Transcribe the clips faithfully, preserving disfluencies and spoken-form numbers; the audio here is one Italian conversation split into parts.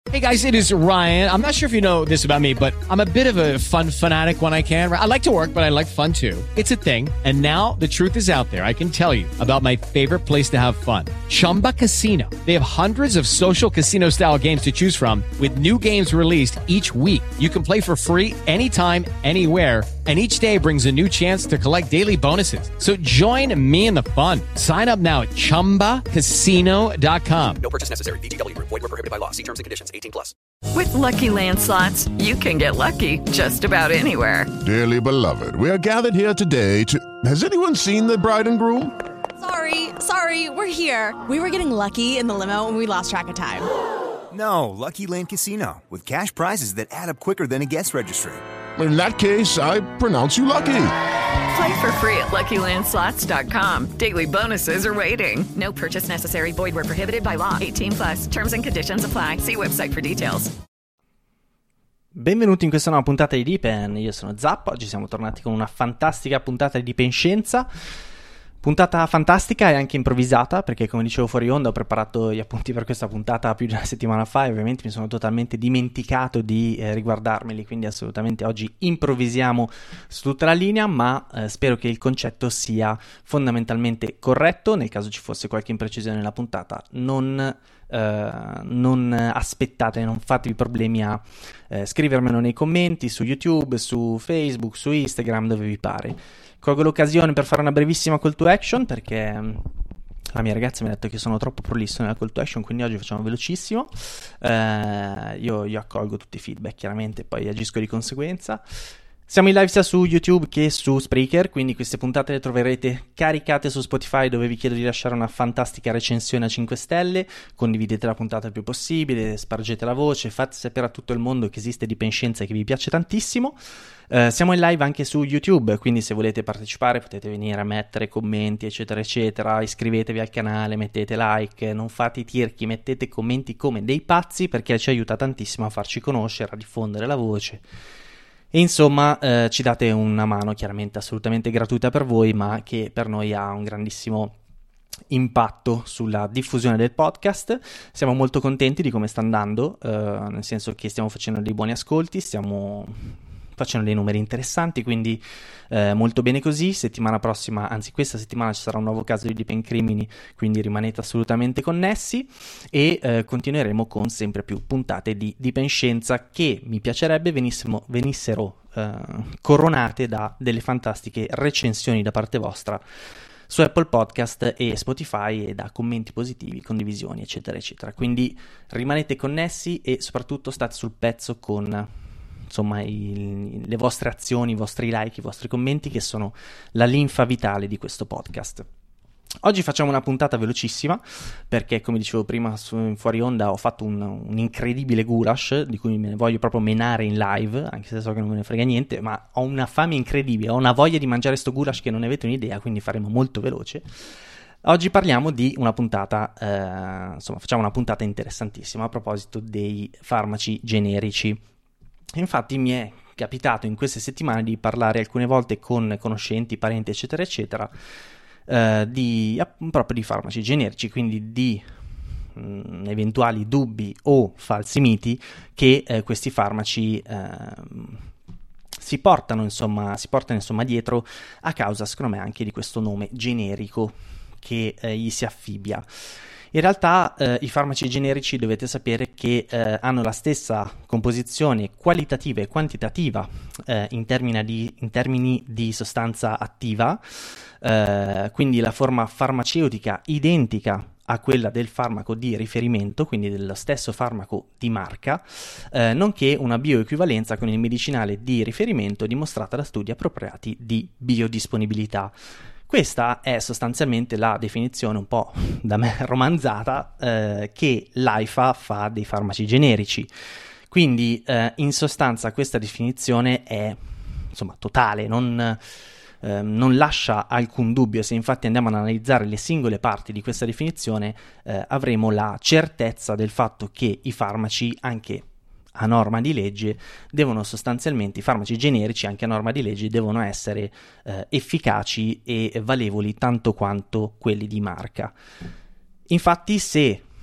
Hey guys, it is Ryan. I'm not sure if you know this about me, but I'm a bit of a fun fanatic when I can. I like to work, but I like fun too. It's a thing. And now the truth is out there. I can tell you about my favorite place to have fun. Chumba Casino. They have hundreds of social casino style games to choose from with new games released each week. You can play for free anytime, anywhere. And each day brings a new chance to collect daily bonuses. So join me in the fun. Sign up now at chumba casino dot com. No purchase necessary. V G W. Void where prohibited by law. See terms and conditions. eighteen plus. With Lucky Land Slots, you can get lucky just about anywhere. Dearly beloved, we are gathered here today to... Has anyone seen the bride and groom? Sorry, sorry, we're here. We were getting lucky in the limo and we lost track of time. No, Lucky Land Casino, with cash prizes that add up quicker than a guest registry. In that case, I pronounce you lucky. Play for free at lucky land slots dot com. Daily bonuses are waiting. No purchase necessary. Void where prohibited by law. eighteen plus. Terms and conditions apply. See website for details. Benvenuti in questa nuova puntata di Deep End. Io sono Zappa. Oggi siamo tornati con una fantastica puntata di Deep End Scienza. Puntata fantastica e anche improvvisata, perché come dicevo fuori onda ho preparato gli appunti per questa puntata più di una settimana fa e ovviamente mi sono totalmente dimenticato di eh, riguardarmeli, quindi assolutamente oggi improvvisiamo su tutta la linea, ma eh, spero che il concetto sia fondamentalmente corretto. Nel caso ci fosse qualche imprecisione nella puntata non... Uh, non aspettate, non fatevi problemi a uh, scrivermelo nei commenti su YouTube, su Facebook, su Instagram, dove vi pare. Colgo l'occasione per fare una brevissima call to action, perché um, la mia ragazza mi ha detto che sono troppo prolisso nella call to action, quindi oggi facciamo velocissimo. Uh, io, io accolgo tutti i feedback chiaramente, poi agisco di conseguenza. Siamo in live sia su YouTube che su Spreaker, quindi queste puntate le troverete caricate su Spotify, dove vi chiedo di lasciare una fantastica recensione a cinque stelle, condividete la puntata il più possibile, spargete la voce, fate sapere a tutto il mondo che esiste Deep End Scienza e che vi piace tantissimo. Uh, siamo in live anche su YouTube, quindi se volete partecipare potete venire a mettere commenti eccetera eccetera, iscrivetevi al canale, mettete like, non fate i tirchi, mettete commenti come dei pazzi, perché ci aiuta tantissimo a farci conoscere, a diffondere la voce. E insomma eh, ci date una mano, chiaramente assolutamente gratuita per voi, ma che per noi ha un grandissimo impatto sulla diffusione del podcast. Siamo molto contenti di come sta andando, eh, nel senso che stiamo facendo dei buoni ascolti, stiamo facendo dei numeri interessanti, quindi eh, molto bene così. Settimana prossima, anzi questa settimana, ci sarà un nuovo caso di Deep End Crimini, quindi rimanete assolutamente connessi e eh, continueremo con sempre più puntate di Deep End Scienza, che mi piacerebbe venissimo, venissero eh, coronate da delle fantastiche recensioni da parte vostra su Apple Podcast e Spotify, e da commenti positivi, condivisioni eccetera eccetera. Quindi rimanete connessi e soprattutto state sul pezzo con insomma i, le vostre azioni, i vostri like, i vostri commenti, che sono la linfa vitale di questo podcast. Oggi facciamo una puntata velocissima, perché come dicevo prima su, in fuori onda ho fatto un, un incredibile goulash, di cui me ne voglio proprio menare in live, anche se so che non me ne frega niente, ma ho una fame incredibile, ho una voglia di mangiare sto goulash che non ne avete un'idea, quindi faremo molto veloce. Oggi parliamo di una puntata, eh, insomma facciamo una puntata interessantissima a proposito dei farmaci generici. Infatti mi è capitato in queste settimane di parlare alcune volte con conoscenti, parenti eccetera eccetera, eh, di, proprio di farmaci generici, quindi di mh, eventuali dubbi o falsi miti che eh, questi farmaci eh, si portano insomma, si portano insomma dietro, a causa secondo me anche di questo nome generico che eh, gli si affibbia. In realtà eh, i farmaci generici dovete sapere che eh, hanno la stessa composizione qualitativa e quantitativa eh, in, termini di, in termini di sostanza attiva, eh, quindi la forma farmaceutica identica a quella del farmaco di riferimento, quindi dello stesso farmaco di marca, eh, nonché una bioequivalenza con il medicinale di riferimento dimostrata da studi appropriati di biodisponibilità. Questa è sostanzialmente la definizione un po' da me romanzata eh, che l'AIFA fa dei farmaci generici. Quindi eh, in sostanza questa definizione è insomma totale, non, eh, non lascia alcun dubbio. Se infatti andiamo ad analizzare le singole parti di questa definizione eh, avremo la certezza del fatto che i farmaci, anche a norma di legge, devono sostanzialmente, i farmaci generici anche a norma di legge devono essere eh, efficaci e valevoli tanto quanto quelli di marca. Infatti se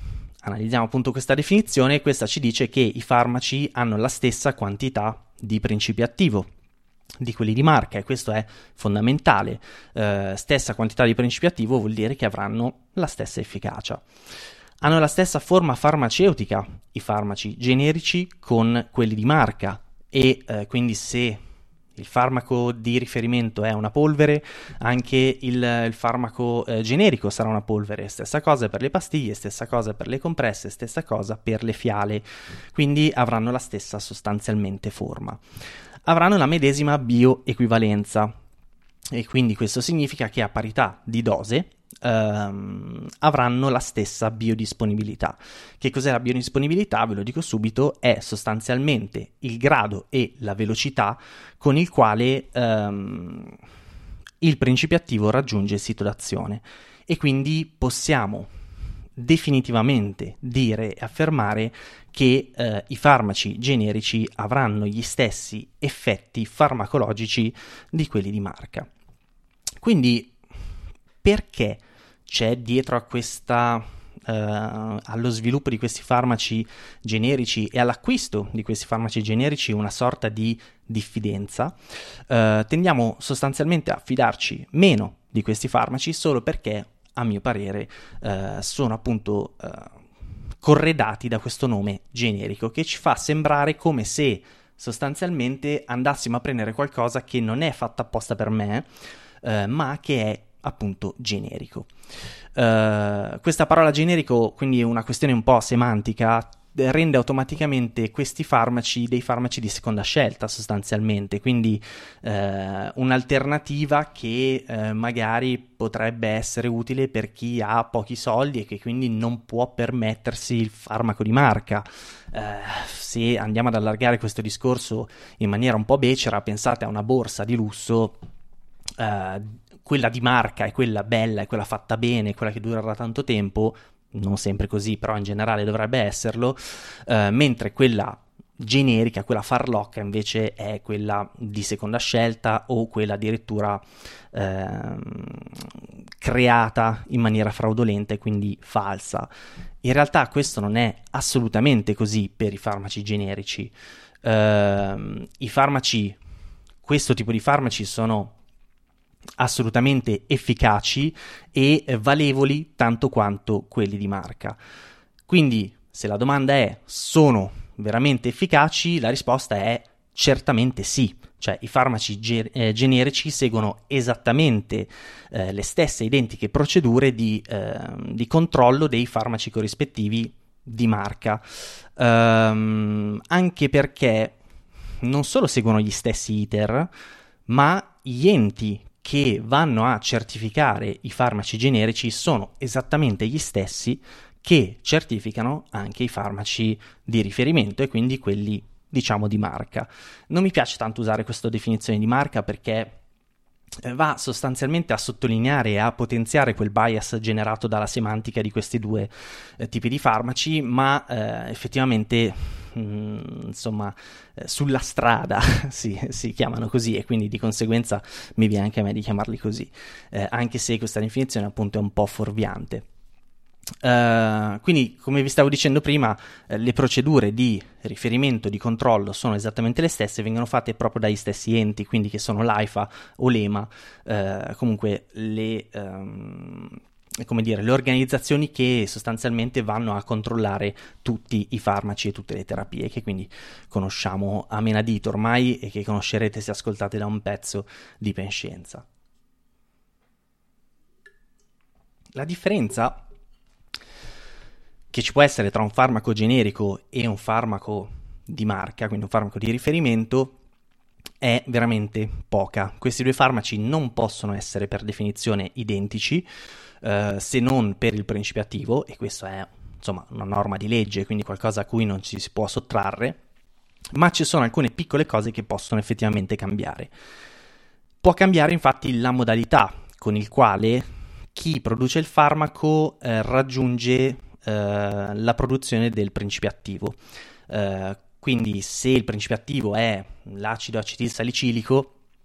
analizziamo appunto questa definizione. Questa ci dice che i farmaci hanno la stessa quantità di principio attivo di quelli di marca, e questo è fondamentale. Eh, stessa quantità di principio attivo vuol dire che avranno la stessa efficacia. Hanno la stessa forma farmaceutica i farmaci generici con quelli di marca, e eh, quindi se il farmaco di riferimento è una polvere, anche il, il farmaco eh, generico sarà una polvere. Stessa cosa per le pastiglie, stessa cosa per le compresse, stessa cosa per le fiale, quindi avranno la stessa sostanzialmente forma. Avranno la medesima bioequivalenza, e quindi questo significa che a parità di dose ehm, avranno la stessa biodisponibilità. Che cos'è la biodisponibilità? Ve lo dico subito: è sostanzialmente il grado e la velocità con il quale ehm, il principio attivo raggiunge il sito d'azione, e quindi possiamo definitivamente dire e affermare che eh, i farmaci generici avranno gli stessi effetti farmacologici di quelli di marca. Quindi perché c'è dietro a questa eh, allo sviluppo di questi farmaci generici e all'acquisto di questi farmaci generici una sorta di diffidenza? Eh, tendiamo sostanzialmente a fidarci meno di questi farmaci solo perché, a mio parere, eh, sono appunto eh, corredati da questo nome generico, che ci fa sembrare come se sostanzialmente andassimo a prendere qualcosa che non è fatta apposta per me, eh, ma che è appunto generico. Uh, questa parola generico, quindi, è una questione un po' semantica, rende automaticamente questi farmaci dei farmaci di seconda scelta sostanzialmente, quindi uh, un'alternativa che uh, magari potrebbe essere utile per chi ha pochi soldi e che quindi non può permettersi il farmaco di marca. Uh, se andiamo ad allargare questo discorso in maniera un po' becera, pensate a una borsa di lusso. Uh, quella di marca è quella bella, è quella fatta bene, è quella che durerà tanto tempo, non sempre così, però in generale dovrebbe esserlo, uh, mentre quella generica, quella farlocca invece è quella di seconda scelta, o quella addirittura uh, creata in maniera fraudolenta e quindi falsa. In realtà questo non è assolutamente così per i farmaci generici. Uh, i farmaci, questo tipo di farmaci sono assolutamente efficaci e valevoli tanto quanto quelli di marca. Quindi, se la domanda è: sono veramente efficaci? La risposta è certamente sì. Cioè, i farmaci ge- eh, generici seguono esattamente eh, le stesse identiche procedure di, eh, di controllo dei farmaci corrispettivi di marca, um, anche perché non solo seguono gli stessi iter, ma gli enti che vanno a certificare i farmaci generici sono esattamente gli stessi che certificano anche i farmaci di riferimento, e quindi quelli, diciamo, di marca. Non mi piace tanto usare questa definizione di marca perché va sostanzialmente a sottolineare e a potenziare quel bias generato dalla semantica di questi due eh, tipi di farmaci, ma eh, effettivamente mh, insomma eh, sulla strada si, si chiamano così, e quindi di conseguenza mi viene anche a me di chiamarli così, eh, anche se questa definizione appunto è un po' fuorviante. Uh, quindi, come vi stavo dicendo prima, eh, le procedure di riferimento, di controllo sono esattamente le stesse, vengono fatte proprio dagli stessi enti, quindi che sono l'AIFA o l'EMA, uh, comunque le, um, come dire, le organizzazioni che sostanzialmente vanno a controllare tutti i farmaci e tutte le terapie, che quindi conosciamo a menadito ormai e che conoscerete se ascoltate da un pezzo di Penscienza. La differenza che ci può essere tra un farmaco generico e un farmaco di marca, quindi un farmaco di riferimento, è veramente poca. Questi due farmaci non possono essere per definizione identici, eh, se non per il principio attivo, e questo è insomma una norma di legge, quindi qualcosa a cui non ci si può sottrarre, ma ci sono alcune piccole cose che possono effettivamente cambiare. Può cambiare infatti la modalità con il quale chi produce il farmaco eh, raggiunge Uh, la produzione del principio attivo. Uh, quindi se il principio attivo è l'acido acetilsalicilico,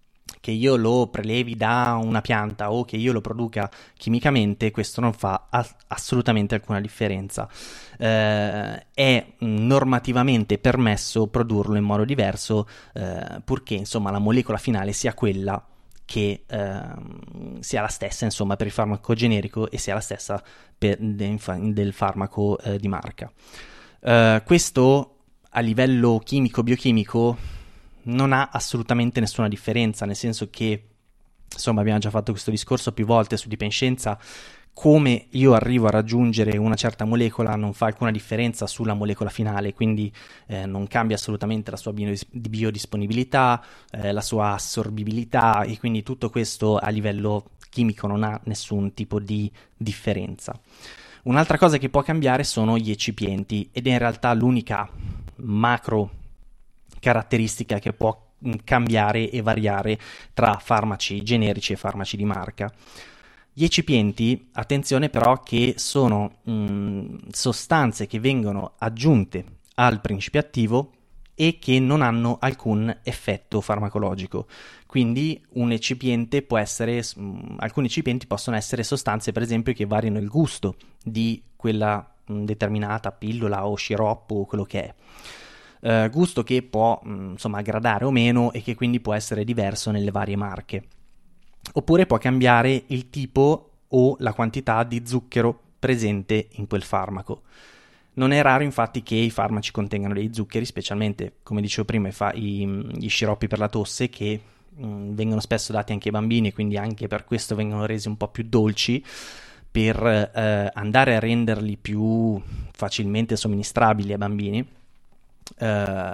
che io lo prelevi da una pianta o che io lo produca chimicamente, questo non fa a- assolutamente alcuna differenza. Eh, è normativamente permesso produrlo in modo diverso, eh, purché insomma la molecola finale sia quella che eh, sia la stessa insomma per il farmaco generico e sia la stessa per, de, del farmaco eh, di marca. Eh, questo a livello chimico-biochimico non ha assolutamente nessuna differenza, nel senso che, insomma, abbiamo già fatto questo discorso più volte su Dipenscienza, come io arrivo a raggiungere una certa molecola non fa alcuna differenza sulla molecola finale, quindi eh, non cambia assolutamente la sua biodis- biodisponibilità, eh, la sua assorbibilità, e quindi tutto questo a livello chimico non ha nessun tipo di differenza. Un'altra cosa che può cambiare sono gli eccipienti, ed è in realtà l'unica macro caratteristica che può cambiare e variare tra farmaci generici e farmaci di marca. Gli eccipienti, attenzione però, che sono mh, sostanze che vengono aggiunte al principio attivo e che non hanno alcun effetto farmacologico. Quindi un eccipiente può essere, mh, alcuni eccipienti possono essere sostanze, per esempio, che variano il gusto di quella mh, determinata pillola o sciroppo o quello che è. Uh, gusto che può mh, insomma aggradare o meno, e che quindi può essere diverso nelle varie marche. Oppure può cambiare il tipo o la quantità di zucchero presente in quel farmaco. Non è raro infatti che i farmaci contengano dei zuccheri, specialmente, come dicevo prima, i fa- i, gli sciroppi per la tosse, che mh, vengono spesso dati anche ai bambini, e quindi anche per questo vengono resi un po' più dolci, per eh, andare a renderli più facilmente somministrabili ai bambini. Uh,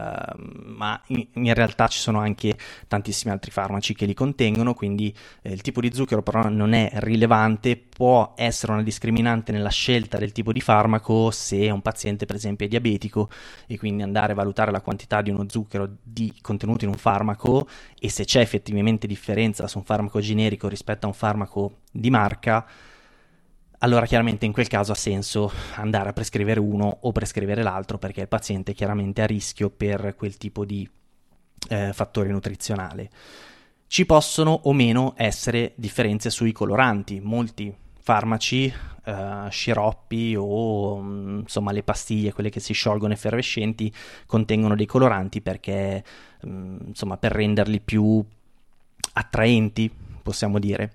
ma in, in realtà ci sono anche tantissimi altri farmaci che li contengono, quindi eh, il tipo di zucchero però non è rilevante. Può essere una discriminante nella scelta del tipo di farmaco se un paziente per esempio è diabetico, e quindi andare a valutare la quantità di uno zucchero di, contenuto in un farmaco, e se c'è effettivamente differenza su un farmaco generico rispetto a un farmaco di marca, allora chiaramente in quel caso ha senso andare a prescrivere uno o prescrivere l'altro, perché il paziente è chiaramente a rischio per quel tipo di eh, fattore nutrizionale. Ci possono o meno essere differenze sui coloranti. Molti farmaci, eh, sciroppi o insomma le pastiglie, quelle che si sciolgono effervescenti, contengono dei coloranti perché mh, insomma per renderli più attraenti, possiamo dire.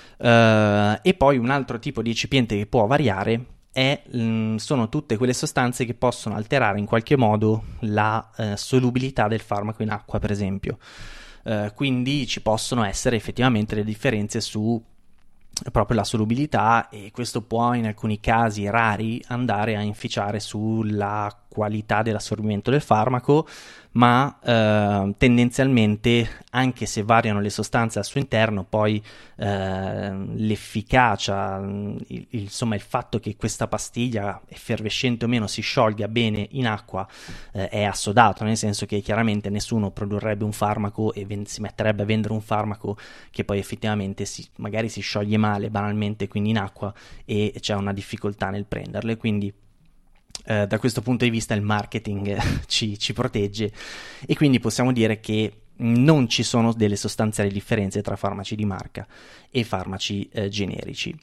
Uh, e poi un altro tipo di eccipiente che può variare è, mh, sono tutte quelle sostanze che possono alterare in qualche modo la uh, solubilità del farmaco in acqua, per esempio. Uh, quindi ci possono essere effettivamente delle differenze su proprio la solubilità, e questo può in alcuni casi rari andare a inficiare sulla qualità dell'assorbimento del farmaco, ma eh, tendenzialmente, anche se variano le sostanze al suo interno, poi eh, l'efficacia, il, il, insomma il fatto che questa pastiglia, effervescente o meno, si sciolga bene in acqua eh, è assodato, nel senso che chiaramente nessuno produrrebbe un farmaco e ven- si metterebbe a vendere un farmaco che poi effettivamente si, magari si scioglie male banalmente, quindi in acqua, e c'è una difficoltà nel prenderle. Quindi Uh, da questo punto di vista il marketing ci, ci protegge, e quindi possiamo dire che non ci sono delle sostanziali differenze tra farmaci di marca e farmaci uh, generici.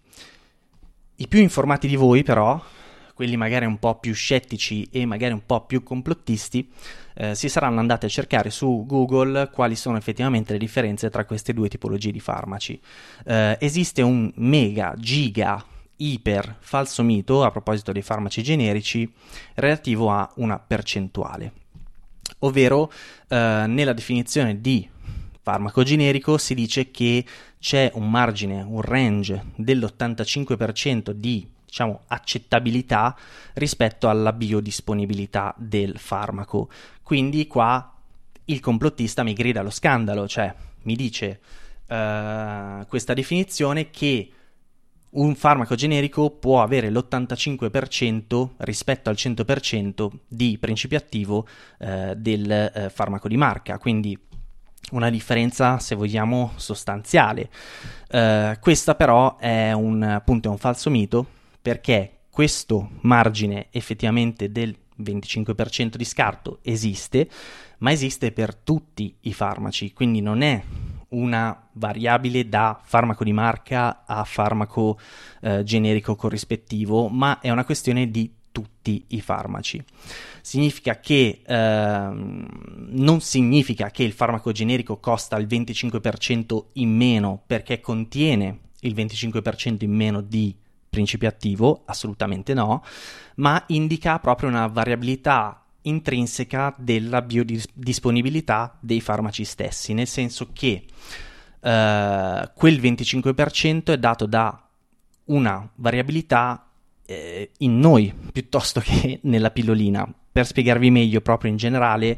I più informati di voi però, quelli magari un po' più scettici e magari un po' più complottisti, uh, si saranno andati a cercare su Google quali sono effettivamente le differenze tra queste due tipologie di farmaci. Uh, esiste un mega, giga, iper falso mito a proposito dei farmaci generici relativo a una percentuale, ovvero eh, nella definizione di farmaco generico si dice che c'è un margine, un range dell'ottantacinque per cento di, diciamo, accettabilità rispetto alla biodisponibilità del farmaco. Quindi qua il complottista mi grida allo scandalo, cioè mi dice uh, questa definizione che un farmaco generico può avere l'ottantacinque per cento rispetto al cento per cento di principio attivo eh, del eh, farmaco di marca, quindi una differenza, se vogliamo, sostanziale. Eh, questa però è un, appunto, è un falso mito, perché questo margine effettivamente del venticinque per cento di scarto esiste, ma esiste per tutti i farmaci, quindi non è una variabile da farmaco di marca a farmaco eh, generico corrispettivo, ma è una questione di tutti i farmaci. Significa che ehm, non significa che il farmaco generico costa il venticinque per cento in meno perché contiene il venticinque per cento in meno di principio attivo, assolutamente no, ma indica proprio una variabilità intrinseca della biodisponibilità dei farmaci stessi, nel senso che eh, quel venticinque per cento è dato da una variabilità eh, in noi piuttosto che nella pillolina. Per spiegarvi meglio, proprio in generale,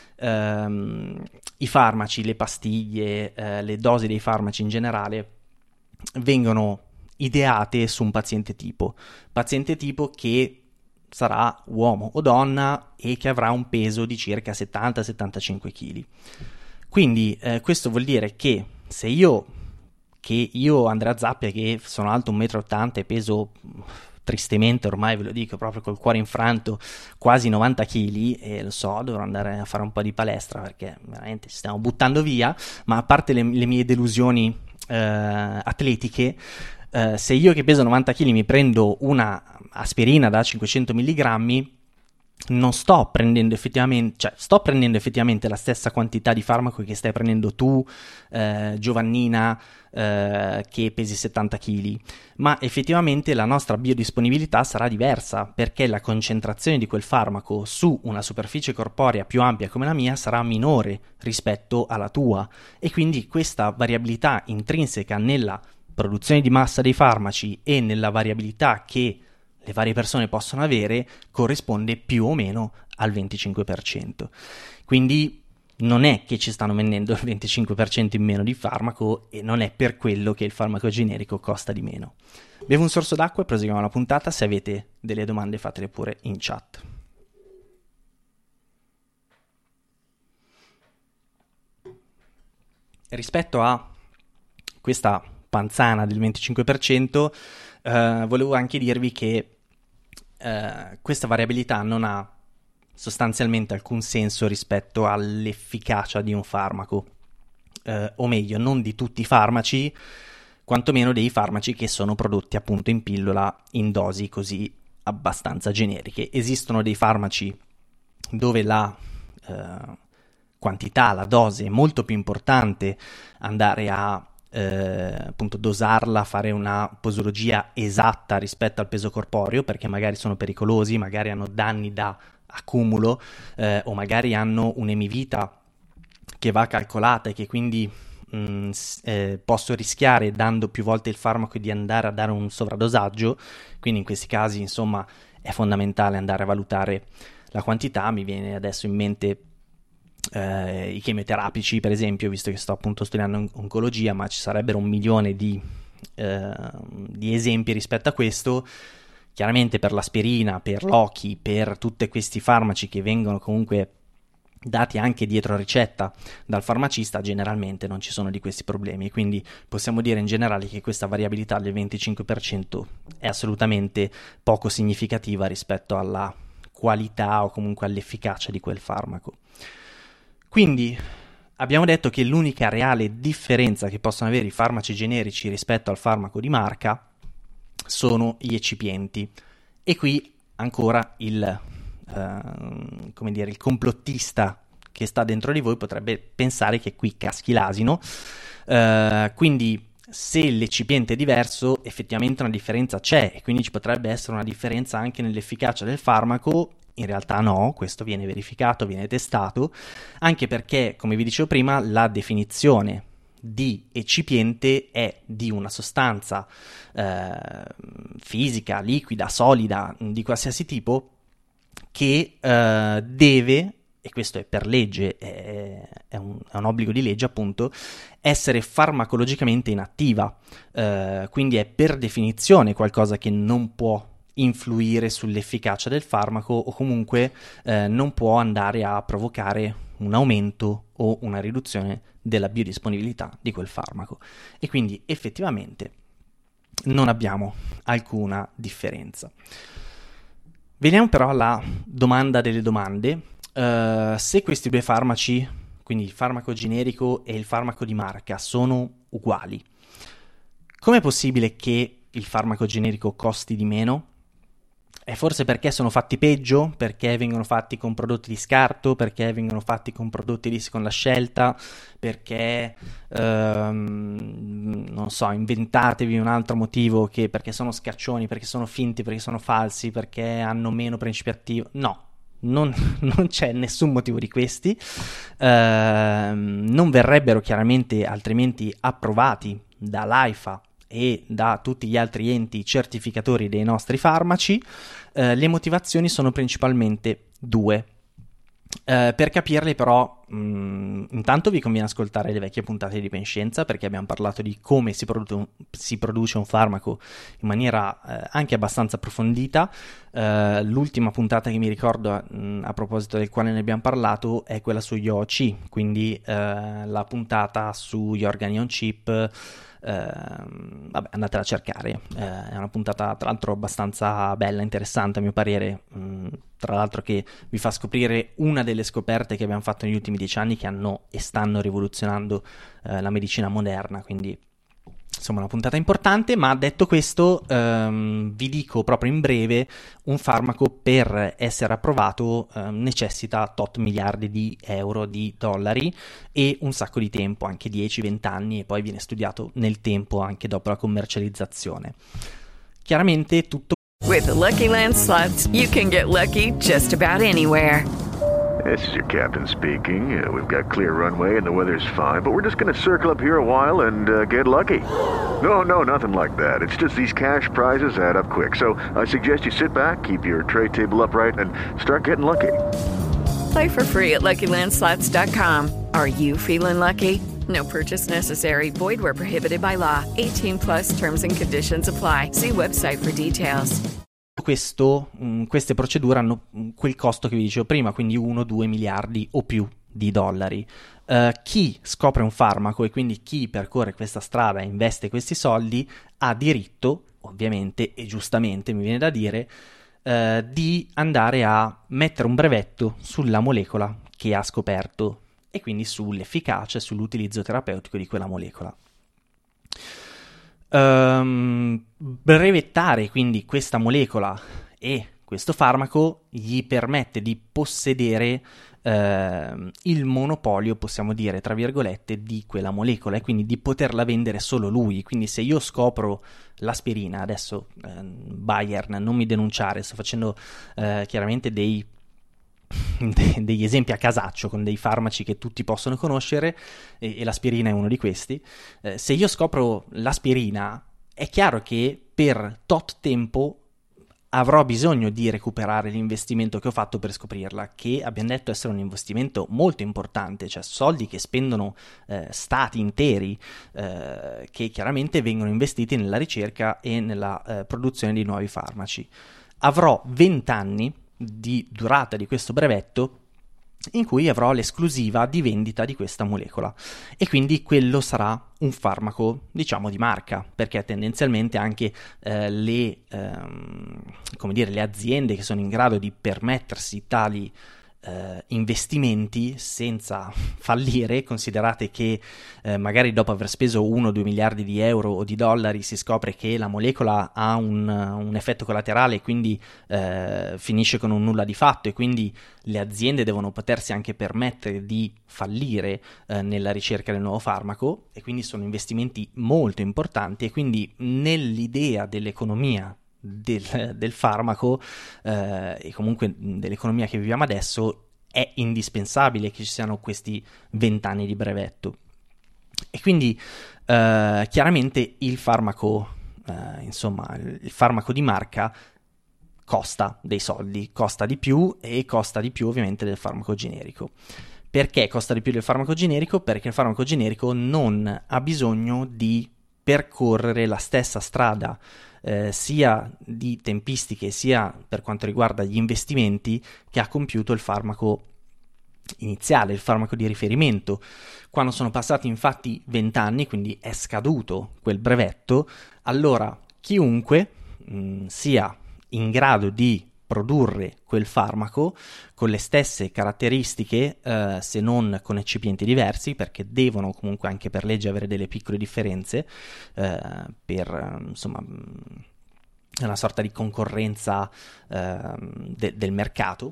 ehm, i farmaci, le pastiglie, eh, le dosi dei farmaci in generale vengono ideate su un paziente tipo, paziente tipo che sarà uomo o donna e che avrà un peso di circa settanta settantacinque chili. Quindi eh, questo vuol dire che se io, che io Andrea Zappia, che sono alto un metro e ottanta e peso tristemente, ormai ve lo dico, proprio col cuore infranto, quasi novanta chili, e lo so, dovrò andare a fare un po' di palestra perché veramente ci stiamo buttando via, ma a parte le, le mie delusioni eh, atletiche, Uh, se io che peso novanta chili mi prendo una aspirina da cinquecento milligrammi, non sto prendendo effettivamente, cioè sto prendendo effettivamente la stessa quantità di farmaco che stai prendendo tu, eh, Giovannina, eh, che pesi settanta chili, ma effettivamente la nostra biodisponibilità sarà diversa perché la concentrazione di quel farmaco su una superficie corporea più ampia come la mia sarà minore rispetto alla tua, e quindi questa variabilità intrinseca nella produzione di massa dei farmaci e nella variabilità che le varie persone possono avere corrisponde più o meno al venticinque per cento. Quindi non è che ci stanno vendendo il venticinque per cento in meno di farmaco, e non è per quello che il farmaco generico costa di meno. Bevo un sorso d'acqua e proseguiamo la puntata. Se avete delle domande fatele pure in chat. Rispetto a questa panzana del venticinque per cento, eh, volevo anche dirvi che eh, questa variabilità non ha sostanzialmente alcun senso rispetto all'efficacia di un farmaco, eh, o meglio, non di tutti i farmaci, quantomeno dei farmaci che sono prodotti appunto in pillola in dosi così abbastanza generiche. Esistono dei farmaci dove la eh, quantità, la dose è molto più importante, andare a Eh, appunto dosarla, fare una posologia esatta rispetto al peso corporeo, perché magari sono pericolosi, magari hanno danni da accumulo, eh, o magari hanno un'emivita che va calcolata e che quindi mh, eh, posso rischiare, dando più volte il farmaco, di andare a dare un sovradosaggio. Quindi in questi casi insomma è fondamentale andare a valutare la quantità. Mi viene adesso in mente Uh, i chemioterapici, per esempio, visto che sto appunto studiando on- oncologia, ma ci sarebbero un milione di, uh, di esempi rispetto a questo. Chiaramente per l'aspirina, per l'Oki, per tutti questi farmaci che vengono comunque dati anche dietro ricetta dal farmacista, generalmente non ci sono di questi problemi, quindi possiamo dire in generale che questa variabilità del venticinque per cento è assolutamente poco significativa rispetto alla qualità o comunque all'efficacia di quel farmaco. Quindi abbiamo detto che l'unica reale differenza che possono avere i farmaci generici rispetto al farmaco di marca sono gli eccipienti. E qui ancora il, eh, come dire, il complottista che sta dentro di voi potrebbe pensare che qui caschi l'asino. Eh, quindi se l'eccipiente è diverso, effettivamente una differenza c'è, e quindi ci potrebbe essere una differenza anche nell'efficacia del farmaco. In realtà no, questo viene verificato, viene testato, anche perché, come vi dicevo prima, la definizione di eccipiente è di una sostanza eh, fisica, liquida, solida, di qualsiasi tipo, che eh, deve, e questo è per legge, è, è, un, è un obbligo di legge appunto, essere farmacologicamente inattiva, eh, quindi è per definizione qualcosa che non può influire sull'efficacia del farmaco, o comunque eh, non può andare a provocare un aumento o una riduzione della biodisponibilità di quel farmaco, e quindi effettivamente non abbiamo alcuna differenza. Veniamo però alla domanda delle domande. Uh, se questi due farmaci quindi il farmaco generico e il farmaco di marca, sono uguali. Com'è possibile che il farmaco generico costi di meno? È forse perché sono fatti peggio? Perché vengono fatti con prodotti di scarto? Perché vengono fatti con prodotti di seconda scelta? Perché, ehm, non so, inventatevi un altro motivo, che perché sono scaccioni, perché sono finti, perché sono falsi, perché hanno meno principio attivo? No, non, non c'è nessun motivo di questi. Ehm, non verrebbero chiaramente altrimenti approvati dall'AIFA e da tutti gli altri enti certificatori dei nostri farmaci. Eh, le motivazioni sono principalmente due. Eh, per capirle però, mh, intanto vi conviene ascoltare le vecchie puntate di Penscienza, perché abbiamo parlato di come si, produ- si produce un farmaco in maniera eh, anche abbastanza approfondita. Eh, l'ultima puntata che mi ricordo mh, a proposito del quale ne abbiamo parlato è quella sugli O O C, quindi eh, la puntata sugli organi on chip. Uh, vabbè, andatela a cercare, uh, è una puntata tra l'altro abbastanza bella, interessante a mio parere, um, tra l'altro che vi fa scoprire una delle scoperte che abbiamo fatto negli ultimi dieci anni, che hanno e stanno rivoluzionando uh, la medicina moderna, quindi insomma una puntata importante. Ma detto questo, um, vi dico proprio in breve: un farmaco per essere approvato um, necessita tot miliardi di euro, di dollari, e un sacco di tempo, anche dieci venti anni, e poi viene studiato nel tempo anche dopo la commercializzazione. Chiaramente tutto. With the Lucky Land Slots, you can get lucky just about anywhere. This is your captain speaking. Uh, we've got clear runway and the weather's fine, but we're just going to circle up here a while and uh, get lucky. No, no, nothing like that. It's just these cash prizes add up quick. So I suggest you sit back, keep your tray table upright, and start getting lucky. Play for free at Lucky Land Slots dot com. Are you feeling lucky? No purchase necessary. Void where prohibited by law. eighteen plus terms and conditions apply. See website for details. Questo, mh, queste procedure hanno mh, quel costo che vi dicevo prima, quindi uno due miliardi o più di dollari. Uh, chi scopre un farmaco e quindi chi percorre questa strada e investe questi soldi ha diritto, ovviamente e giustamente mi viene da dire, uh, di andare a mettere un brevetto sulla molecola che ha scoperto e quindi sull'efficacia e sull'utilizzo terapeutico di quella molecola. Um, brevettare quindi questa molecola e questo farmaco gli permette di possedere uh, il monopolio, possiamo dire tra virgolette, di quella molecola, e quindi di poterla vendere solo lui. Quindi se io scopro l'aspirina, adesso uh, Bayern, non mi denunciare, sto facendo uh, chiaramente dei De- degli esempi a casaccio con dei farmaci che tutti possono conoscere, e, e l'aspirina è uno di questi. Eh, se io scopro l'aspirina, è chiaro che per tot tempo avrò bisogno di recuperare l'investimento che ho fatto per scoprirla, che abbiamo detto essere un investimento molto importante, cioè soldi che spendono eh, stati interi, eh, che chiaramente vengono investiti nella ricerca e nella eh, produzione di nuovi farmaci. Avrò venti anni di durata di questo brevetto in cui avrò l'esclusiva di vendita di questa molecola, e quindi quello sarà un farmaco, diciamo, di marca, perché tendenzialmente anche eh, le, ehm, come dire, le aziende che sono in grado di permettersi tali Uh, investimenti senza fallire, considerate che uh, magari dopo aver speso uno o due miliardi di euro o di dollari si scopre che la molecola ha un, un effetto collaterale e quindi uh, finisce con un nulla di fatto, e quindi le aziende devono potersi anche permettere di fallire uh, nella ricerca del nuovo farmaco, e quindi sono investimenti molto importanti, e quindi nell'idea dell'economia Del, del farmaco eh, e comunque dell'economia che viviamo adesso è indispensabile che ci siano questi vent'anni di brevetto. E quindi eh, chiaramente il farmaco eh, insomma il farmaco di marca costa dei soldi, costa di più, e costa di più ovviamente del farmaco generico. Perché costa di più del farmaco generico? Perché il farmaco generico non ha bisogno di percorrere la stessa strada Eh, sia di tempistiche sia per quanto riguarda gli investimenti che ha compiuto il farmaco iniziale, il farmaco di riferimento. Quando sono passati infatti venti anni, quindi è scaduto quel brevetto, allora chiunque mh, sia in grado di produrre quel farmaco con le stesse caratteristiche, eh, se non con eccipienti diversi, perché devono comunque anche per legge avere delle piccole differenze eh, per insomma una sorta di concorrenza eh, de- del mercato.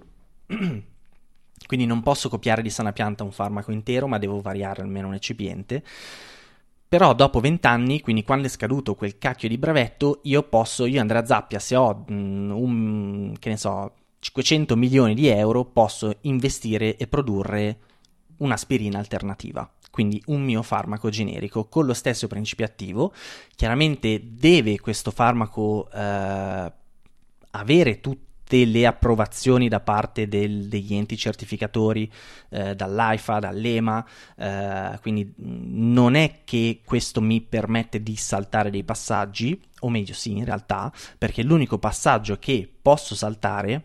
Quindi non posso copiare di sana pianta un farmaco intero, ma devo variare almeno un eccipiente. Però dopo vent'anni, quindi quando è scaduto quel cacchio di brevetto, io posso, io Andrea Zappia, se ho mh, un, che ne so, cinquecento milioni di euro, posso investire e produrre un'aspirina alternativa. Quindi un mio farmaco generico con lo stesso principio attivo. Chiaramente deve questo farmaco eh, avere tutte le approvazioni da parte del, degli enti certificatori, eh, dall'AIFA, dall'EMA, eh, quindi non è che questo mi permette di saltare dei passaggi, o meglio sì in realtà, perché l'unico passaggio che posso saltare,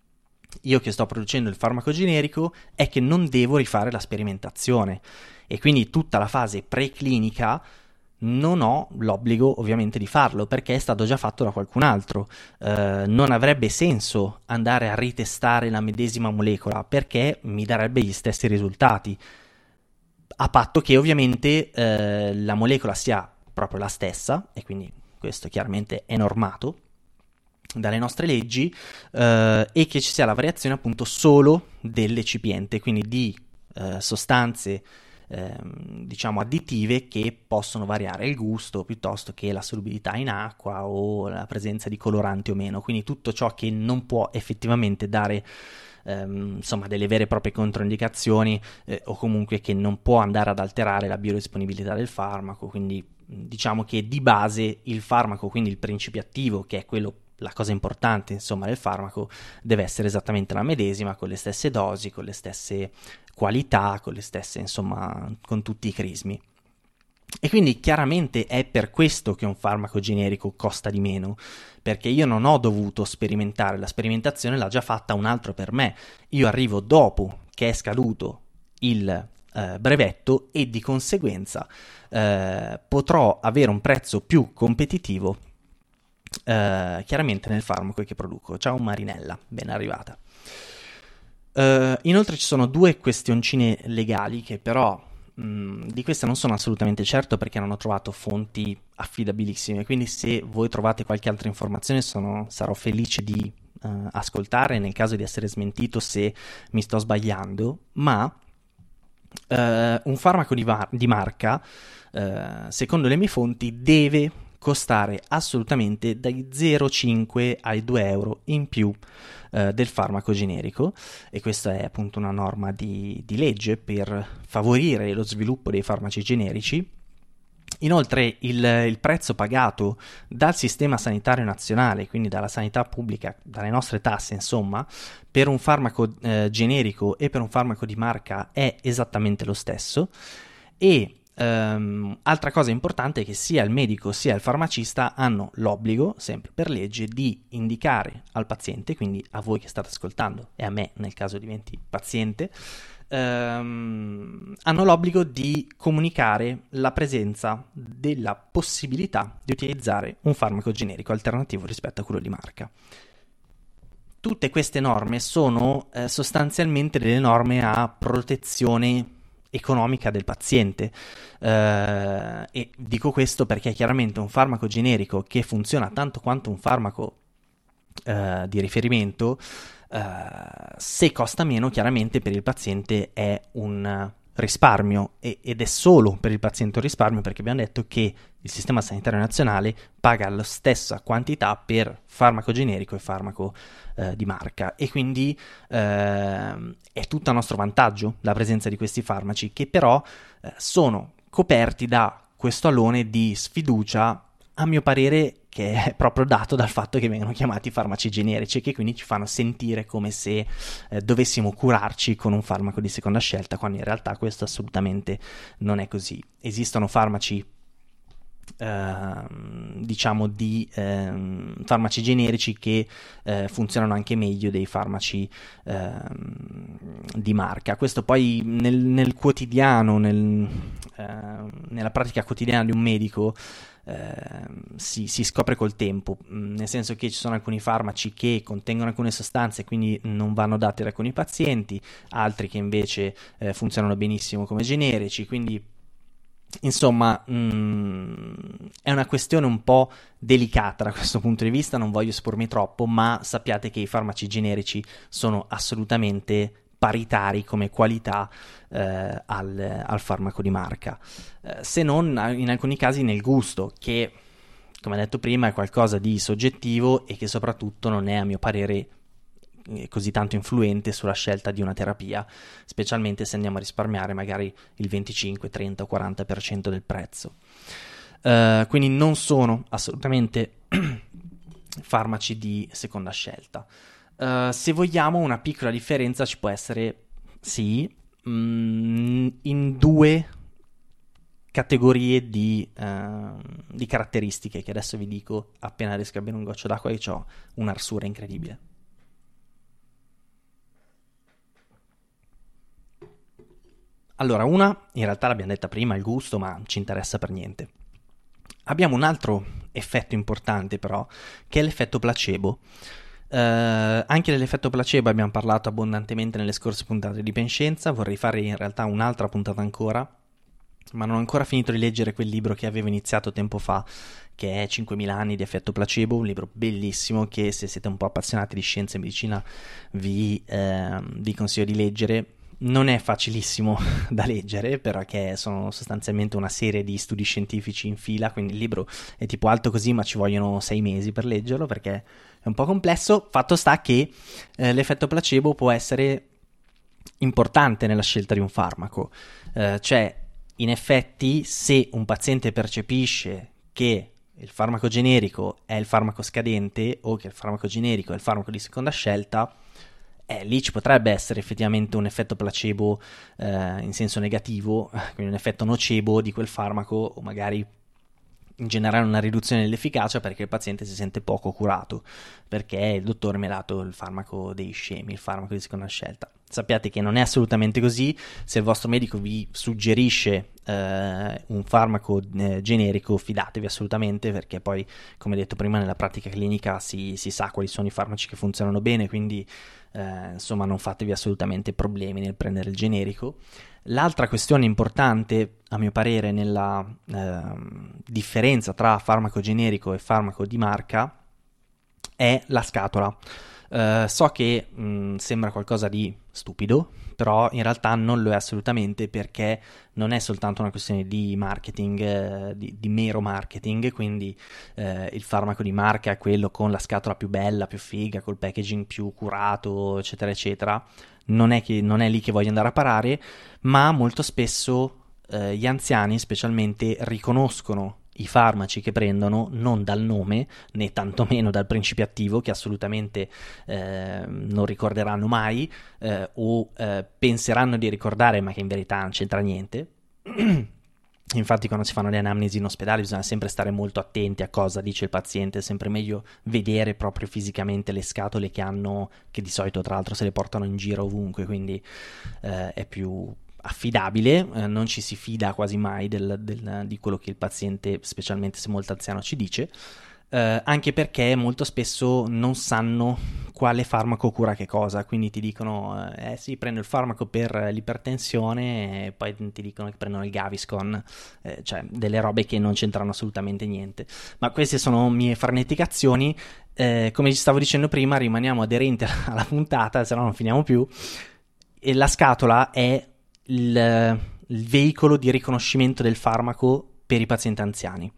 io che sto producendo il farmaco generico, è che non devo rifare la sperimentazione, e quindi tutta la fase preclinica non ho l'obbligo ovviamente di farlo, perché è stato già fatto da qualcun altro. Eh, non avrebbe senso andare a ritestare la medesima molecola, perché mi darebbe gli stessi risultati, a patto che ovviamente eh, la molecola sia proprio la stessa, e quindi questo chiaramente è normato dalle nostre leggi, eh, e che ci sia la variazione appunto solo dell'eccipiente, quindi di eh, sostanze Eh, diciamo additive che possono variare il gusto piuttosto che la solubilità in acqua o la presenza di coloranti o meno, quindi tutto ciò che non può effettivamente dare ehm, insomma delle vere e proprie controindicazioni eh, o comunque che non può andare ad alterare la biodisponibilità del farmaco. Quindi diciamo che di base il farmaco, quindi il principio attivo, che è quello, la cosa importante insomma del farmaco, deve essere esattamente la medesima, con le stesse dosi, con le stesse qualità, con le stesse, insomma, con tutti i crismi. E quindi chiaramente è per questo che un farmaco generico costa di meno, perché io non ho dovuto sperimentare, la sperimentazione l'ha già fatta un altro per me. Io arrivo dopo che è scaduto il eh, brevetto e di conseguenza eh, potrò avere un prezzo più competitivo eh, chiaramente nel farmaco che produco. Ciao Marinella, ben arrivata. Uh, inoltre ci sono due questioncine legali che però mh, di queste non sono assolutamente certo, perché non ho trovato fonti affidabilissime, quindi se voi trovate qualche altra informazione sono, sarò felice di uh, ascoltare nel caso di essere smentito se mi sto sbagliando. Ma uh, un farmaco di, var- di marca uh, secondo le mie fonti deve costare assolutamente dai zero virgola cinque ai due euro in più eh, del farmaco generico, e questa è appunto una norma di, di legge per favorire lo sviluppo dei farmaci generici. Inoltre il, il prezzo pagato dal sistema sanitario nazionale, quindi dalla sanità pubblica, dalle nostre tasse insomma, per un farmaco eh, generico e per un farmaco di marca è esattamente lo stesso. E Um, altra cosa importante è che sia il medico sia il farmacista hanno l'obbligo, sempre per legge, di indicare al paziente, quindi a voi che state ascoltando e a me nel caso diventi paziente, um, hanno l'obbligo di comunicare la presenza della possibilità di utilizzare un farmaco generico alternativo rispetto a quello di marca. Tutte queste norme sono eh, sostanzialmente delle norme a protezione economica del paziente, eh, e dico questo perché chiaramente un farmaco generico che funziona tanto quanto un farmaco eh, di riferimento, eh, se costa meno chiaramente per il paziente è un risparmio, e, ed è solo per il paziente un risparmio, perché abbiamo detto che il sistema sanitario nazionale paga la stessa quantità per farmaco generico e farmaco eh, di marca, e quindi eh, è tutto a nostro vantaggio la presenza di questi farmaci, che però eh, sono coperti da questo alone di sfiducia, a mio parere, che è proprio dato dal fatto che vengono chiamati farmaci generici, e che quindi ci fanno sentire come se eh, dovessimo curarci con un farmaco di seconda scelta, quando in realtà questo assolutamente non è così. Esistono farmaci eh, diciamo di eh, farmaci generici che eh, funzionano anche meglio dei farmaci eh, di marca. Questo poi nel, nel quotidiano, nel, eh, nella pratica quotidiana di un medico, eh, si, si scopre col tempo, nel senso che ci sono alcuni farmaci che contengono alcune sostanze e quindi non vanno dati ad alcuni pazienti, altri che invece eh, funzionano benissimo come generici, quindi insomma mh, è una questione un po' delicata da questo punto di vista, non voglio espormi troppo, ma sappiate che i farmaci generici sono assolutamente paritari come qualità eh, al, al farmaco di marca, eh, se non in alcuni casi nel gusto, che come detto prima è qualcosa di soggettivo e che soprattutto non è, a mio parere, così tanto influente sulla scelta di una terapia, specialmente se andiamo a risparmiare magari il venticinque, trenta o quaranta per cento del prezzo. Uh, quindi non sono assolutamente farmaci di seconda scelta. Uh, se vogliamo, una piccola differenza ci può essere, sì, mh, in due categorie di, uh, di caratteristiche che adesso vi dico appena riesco a bere un goccio d'acqua, e ho un'arsura incredibile. Allora, una, in realtà l'abbiamo detta prima, il gusto, ma ci interessa per niente. Abbiamo un altro effetto importante però, che è l'effetto placebo. Uh, anche dell'effetto placebo abbiamo parlato abbondantemente nelle scorse puntate di Penscienza, vorrei fare in realtà un'altra puntata ancora, ma non ho ancora finito di leggere quel libro che avevo iniziato tempo fa, che è cinquemila anni di effetto placebo, un libro bellissimo che, se siete un po' appassionati di scienza e medicina, vi, eh, vi consiglio di leggere. Non è facilissimo da leggere perché sono sostanzialmente una serie di studi scientifici in fila, quindi il libro è tipo alto così, ma ci vogliono sei mesi per leggerlo perché è un po' complesso. Fatto sta che eh, l'effetto placebo può essere importante nella scelta di un farmaco, eh, cioè in effetti se un paziente percepisce che il farmaco generico è il farmaco scadente o che il farmaco generico è il farmaco di seconda scelta, Eh, lì ci potrebbe essere effettivamente un effetto placebo eh, in senso negativo, quindi un effetto nocebo di quel farmaco, o magari in generale una riduzione dell'efficacia perché il paziente si sente poco curato, perché il dottore mi ha dato il farmaco dei scemi, il farmaco di seconda scelta. Sappiate che non è assolutamente così. Se il vostro medico vi suggerisce eh, un farmaco eh, generico, fidatevi assolutamente, perché poi, come detto prima, nella pratica clinica si, si sa quali sono i farmaci che funzionano bene, quindi eh, insomma non fatevi assolutamente problemi nel prendere il generico. L'altra questione importante, a mio parere, nella eh, differenza tra farmaco generico e farmaco di marca è la scatola. Uh, so che mh, sembra qualcosa di stupido, però in realtà non lo è assolutamente, perché non è soltanto una questione di marketing, eh, di, di mero marketing, quindi eh, il farmaco di marca è quello con la scatola più bella, più figa, col packaging più curato, eccetera eccetera. Non è, che, non è lì che voglio andare a parare, ma molto spesso eh, gli anziani specialmente riconoscono i farmaci che prendono non dal nome, né tantomeno dal principio attivo, che assolutamente eh, non ricorderanno mai, eh, o eh, penseranno di ricordare ma che in verità non c'entra niente. Infatti quando si fanno le anamnesi in ospedale bisogna sempre stare molto attenti a cosa dice il paziente, è sempre meglio vedere proprio fisicamente le scatole che hanno, che di solito tra l'altro se le portano in giro ovunque, quindi eh, è più affidabile, eh, non ci si fida quasi mai del, del, di quello che il paziente, specialmente se molto anziano, ci dice, eh, anche perché molto spesso non sanno quale farmaco cura che cosa, quindi ti dicono eh sì, prendo il farmaco per l'ipertensione e poi ti dicono che prendono il Gaviscon, eh, cioè delle robe che non c'entrano assolutamente niente. Ma queste sono mie farneticazioni, eh, come ci stavo dicendo prima, rimaniamo aderenti alla puntata, se no non finiamo più. E la scatola è Il, il veicolo di riconoscimento del farmaco per i pazienti anziani,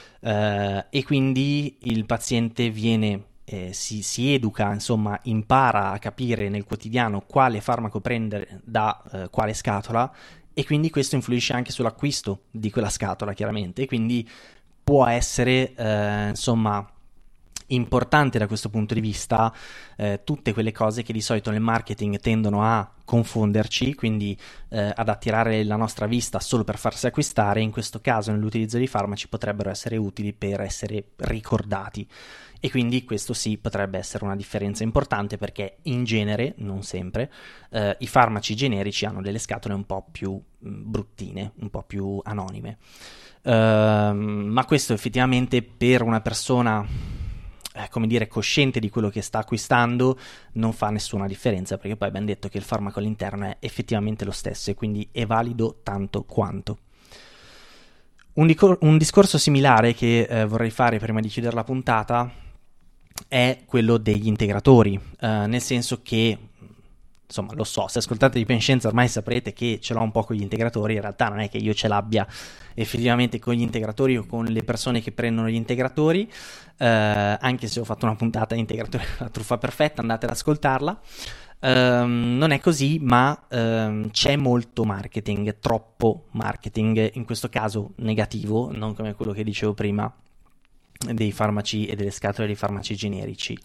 uh, e quindi il paziente viene eh, si, si educa, insomma impara a capire nel quotidiano quale farmaco prendere da uh, quale scatola, e quindi questo influisce anche sull'acquisto di quella scatola, chiaramente, e quindi può essere uh, insomma importante da questo punto di vista eh, tutte quelle cose che di solito nel marketing tendono a confonderci, quindi eh, ad attirare la nostra vista solo per farsi acquistare. In questo caso, nell'utilizzo di farmaci, potrebbero essere utili per essere ricordati, e quindi questo sì potrebbe essere una differenza importante, perché in genere, non sempre, eh, i farmaci generici hanno delle scatole un po' più mh, bruttine, un po' più anonime, uh, ma questo effettivamente per una persona Eh, come dire, cosciente di quello che sta acquistando non fa nessuna differenza, perché poi abbiamo detto che il farmaco all'interno è effettivamente lo stesso e quindi è valido tanto quanto. Un, dicor- un discorso similare che eh, vorrei fare prima di chiudere la puntata è quello degli integratori, eh, nel senso che, insomma, lo so, se ascoltate di Penscienza ormai saprete che ce l'ho un po' con gli integratori. In realtà non è che io ce l'abbia effettivamente con gli integratori o con le persone che prendono gli integratori, eh, anche se ho fatto una puntata di integratori, la truffa perfetta, andate ad ascoltarla. Um, non è così, ma um, c'è molto marketing, troppo marketing, in questo caso negativo, non come quello che dicevo prima dei farmaci e delle scatole dei farmaci generici.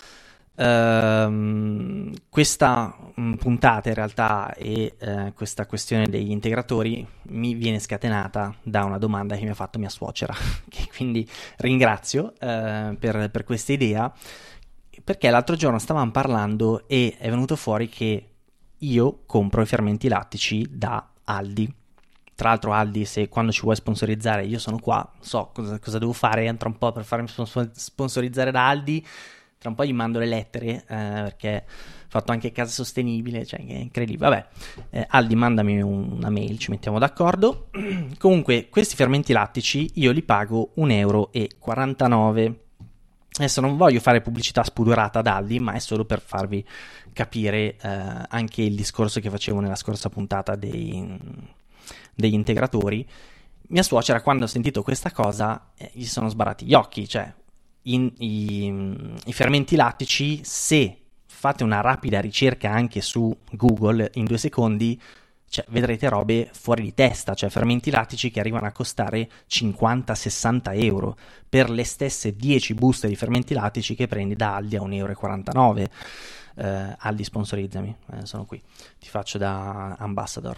Uh, questa um, puntata in realtà e uh, questa questione degli integratori mi viene scatenata da una domanda che mi ha fatto mia suocera, che quindi ringrazio uh, per, per questa idea, perché l'altro giorno stavamo parlando e è venuto fuori che io compro i fermenti lattici da Aldi. Tra l'altro Aldi, se quando ci vuoi sponsorizzare, io sono qua, so cosa, cosa devo fare tra un po' per farmi sponsorizzare da Aldi. Tra un po' gli mando le lettere, eh, perché ho fatto anche casa sostenibile, cioè che è incredibile. Vabbè, eh, Aldi, mandami un, una mail, ci mettiamo d'accordo. Comunque, questi fermenti lattici io li pago un euro e quarantanove. Adesso non voglio fare pubblicità spudorata ad Aldi, ma è solo per farvi capire eh, anche il discorso che facevo nella scorsa puntata dei, degli integratori. Mia suocera, quando ha sentito questa cosa, eh, gli sono sbarati gli occhi, cioè In, i, i fermenti lattici, se fate una rapida ricerca anche su Google in due secondi, cioè, vedrete robe fuori di testa, cioè fermenti lattici che arrivano a costare cinquanta sessanta euro per le stesse dieci buste di fermenti lattici che prendi da Aldi a un euro e quarantanove. eh, Aldi, sponsorizzami, eh, sono qui, ti faccio da ambassador.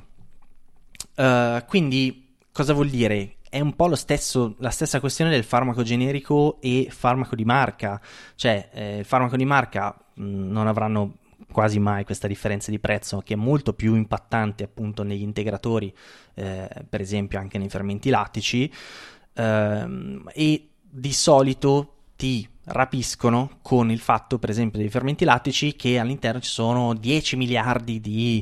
Uh, quindi cosa vuol dire? È un po' lo stesso, la stessa questione del farmaco generico e farmaco di marca, cioè eh, il farmaco di marca mh, non avranno quasi mai questa differenza di prezzo, che è molto più impattante appunto negli integratori, eh, per esempio anche nei fermenti lattici, ehm, e di solito ti rapiscono con il fatto, per esempio, dei fermenti lattici, che all'interno ci sono dieci miliardi di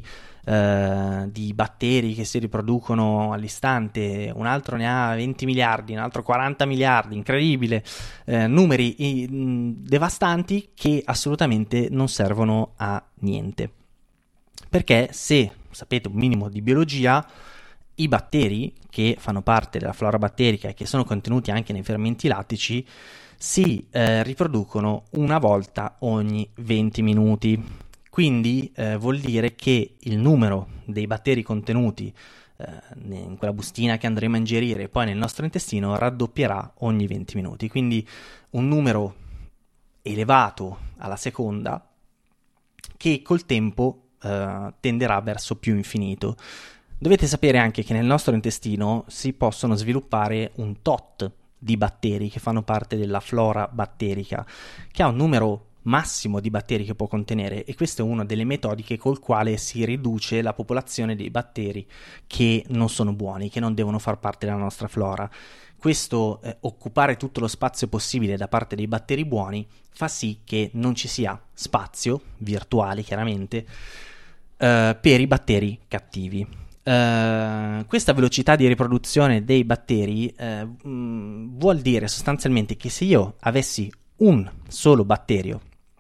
Uh, di batteri che si riproducono all'istante, un altro ne ha venti miliardi, un altro quaranta miliardi, incredibile, uh, numeri i, mh, devastanti che assolutamente non servono a niente, perché se sapete un minimo di biologia, i batteri che fanno parte della flora batterica e che sono contenuti anche nei fermenti lattici si uh, riproducono una volta ogni venti minuti. Quindi eh, vuol dire che il numero dei batteri contenuti eh, in quella bustina che andremo a ingerire poi nel nostro intestino raddoppierà ogni venti minuti. Quindi un numero elevato alla seconda che col tempo eh, tenderà verso più infinito. Dovete sapere anche che nel nostro intestino si possono sviluppare un tot di batteri che fanno parte della flora batterica, che ha un numero massimo di batteri che può contenere, e questa è una delle metodiche col quale si riduce la popolazione dei batteri che non sono buoni, che non devono far parte della nostra flora. Questo eh, occupare tutto lo spazio possibile da parte dei batteri buoni fa sì che non ci sia spazio virtuale, chiaramente, eh, per i batteri cattivi. Uh, questa velocità di riproduzione dei batteri uh, mh, vuol dire sostanzialmente che se io avessi un solo batterio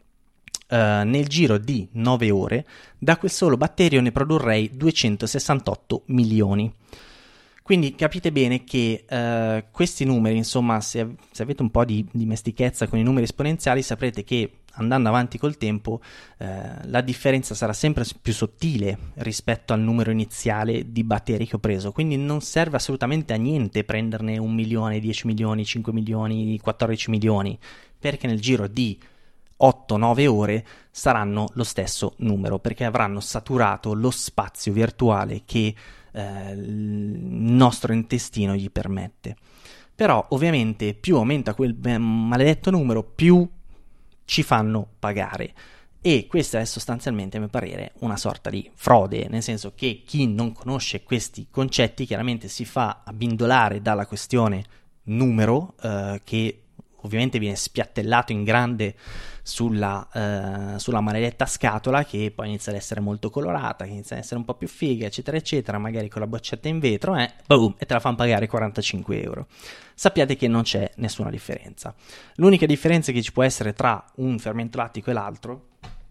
Uh, nel giro di nove ore, da quel solo batterio ne produrrei duecentosessantotto milioni. Quindi capite bene che uh, questi numeri, insomma, se, se avete un po' di dimestichezza con i numeri esponenziali, saprete che andando avanti col tempo uh, la differenza sarà sempre più sottile rispetto al numero iniziale di batteri che ho preso. Quindi non serve assolutamente a niente prenderne un milione, dieci milioni, cinque milioni, quattordici milioni, perché nel giro di otto nove ore saranno lo stesso numero, perché avranno saturato lo spazio virtuale che eh, il nostro intestino gli permette. Però ovviamente più aumenta quel maledetto numero, più ci fanno pagare. E questa è sostanzialmente, a mio parere, una sorta di frode, nel senso che chi non conosce questi concetti chiaramente si fa abbindolare dalla questione numero, eh, che ovviamente viene spiattellato in grande sulla, eh, sulla maledetta scatola, che poi inizia ad essere molto colorata, che inizia ad essere un po' più figa, eccetera eccetera, magari con la boccetta in vetro, eh, boom, e te la fanno pagare quarantacinque euro. Sappiate che non c'è nessuna differenza. L'unica differenza che ci può essere tra un fermento lattico e l'altro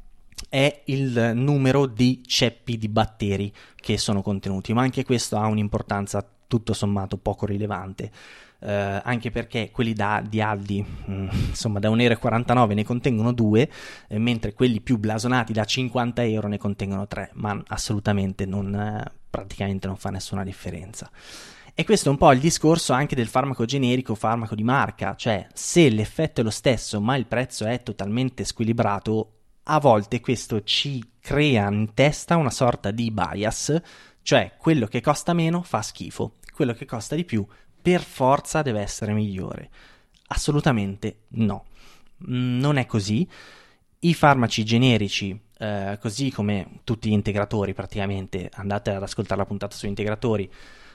è il numero di ceppi di batteri che sono contenuti, ma anche questo ha un'importanza tutto sommato poco rilevante, eh, anche perché quelli da, di Aldi, mh, insomma da un euro e quarantanove ne contengono due, eh, mentre quelli più blasonati da cinquanta euro ne contengono tre, ma assolutamente non, eh, praticamente non fa nessuna differenza. E questo è un po' il discorso anche del farmaco generico, farmaco di marca, cioè se l'effetto è lo stesso ma il prezzo è totalmente squilibrato, a volte questo ci crea in testa una sorta di bias, cioè quello che costa meno fa schifo, quello che costa di più per forza deve essere migliore. Assolutamente no, non è così. I farmaci generici, eh, così come tutti gli integratori praticamente, andate ad ascoltare la puntata sugli integratori,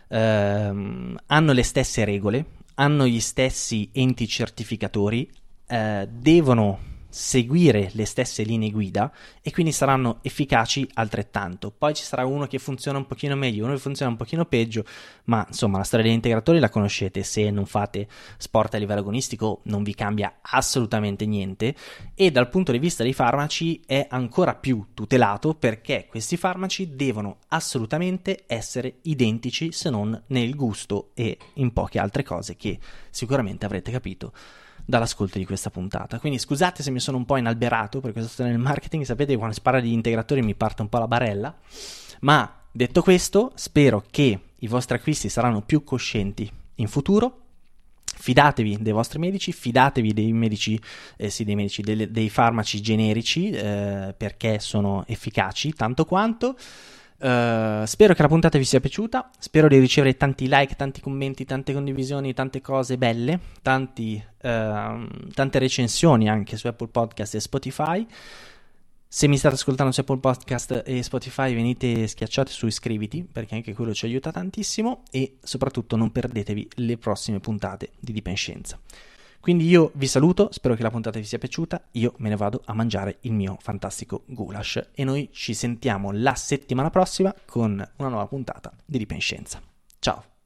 ehm, hanno le stesse regole, hanno gli stessi enti certificatori, eh, devono seguire le stesse linee guida e quindi saranno efficaci altrettanto. Poi ci sarà uno che funziona un pochino meglio, uno che funziona un pochino peggio, ma insomma la storia degli integratori la conoscete. Se non fate sport a livello agonistico non vi cambia assolutamente niente, e dal punto di vista dei farmaci è ancora più tutelato, perché questi farmaci devono assolutamente essere identici, se non nel gusto e in poche altre cose che sicuramente avrete capito dall'ascolto di questa puntata. Quindi scusate se mi sono un po' inalberato per questa storia del marketing, sapete che quando si parla di integratori mi parte un po' la barella, ma detto questo spero che i vostri acquisti saranno più coscienti in futuro. Fidatevi dei vostri medici, fidatevi dei medici, eh sì, dei medici, dei, dei farmaci generici, eh, perché sono efficaci tanto quanto. Uh, spero che la puntata vi sia piaciuta, spero di ricevere tanti like, tanti commenti, tante condivisioni, tante cose belle, tanti, uh, tante recensioni anche su Apple Podcast e Spotify. Se mi state ascoltando su Apple Podcast e Spotify, venite, schiacciate su iscriviti, perché anche quello ci aiuta tantissimo, e soprattutto non perdetevi le prossime puntate di Dipenscienza. Quindi io vi saluto, spero che la puntata vi sia piaciuta, io me ne vado a mangiare il mio fantastico goulash e noi ci sentiamo la settimana prossima con una nuova puntata di Dipenscienza. Ciao!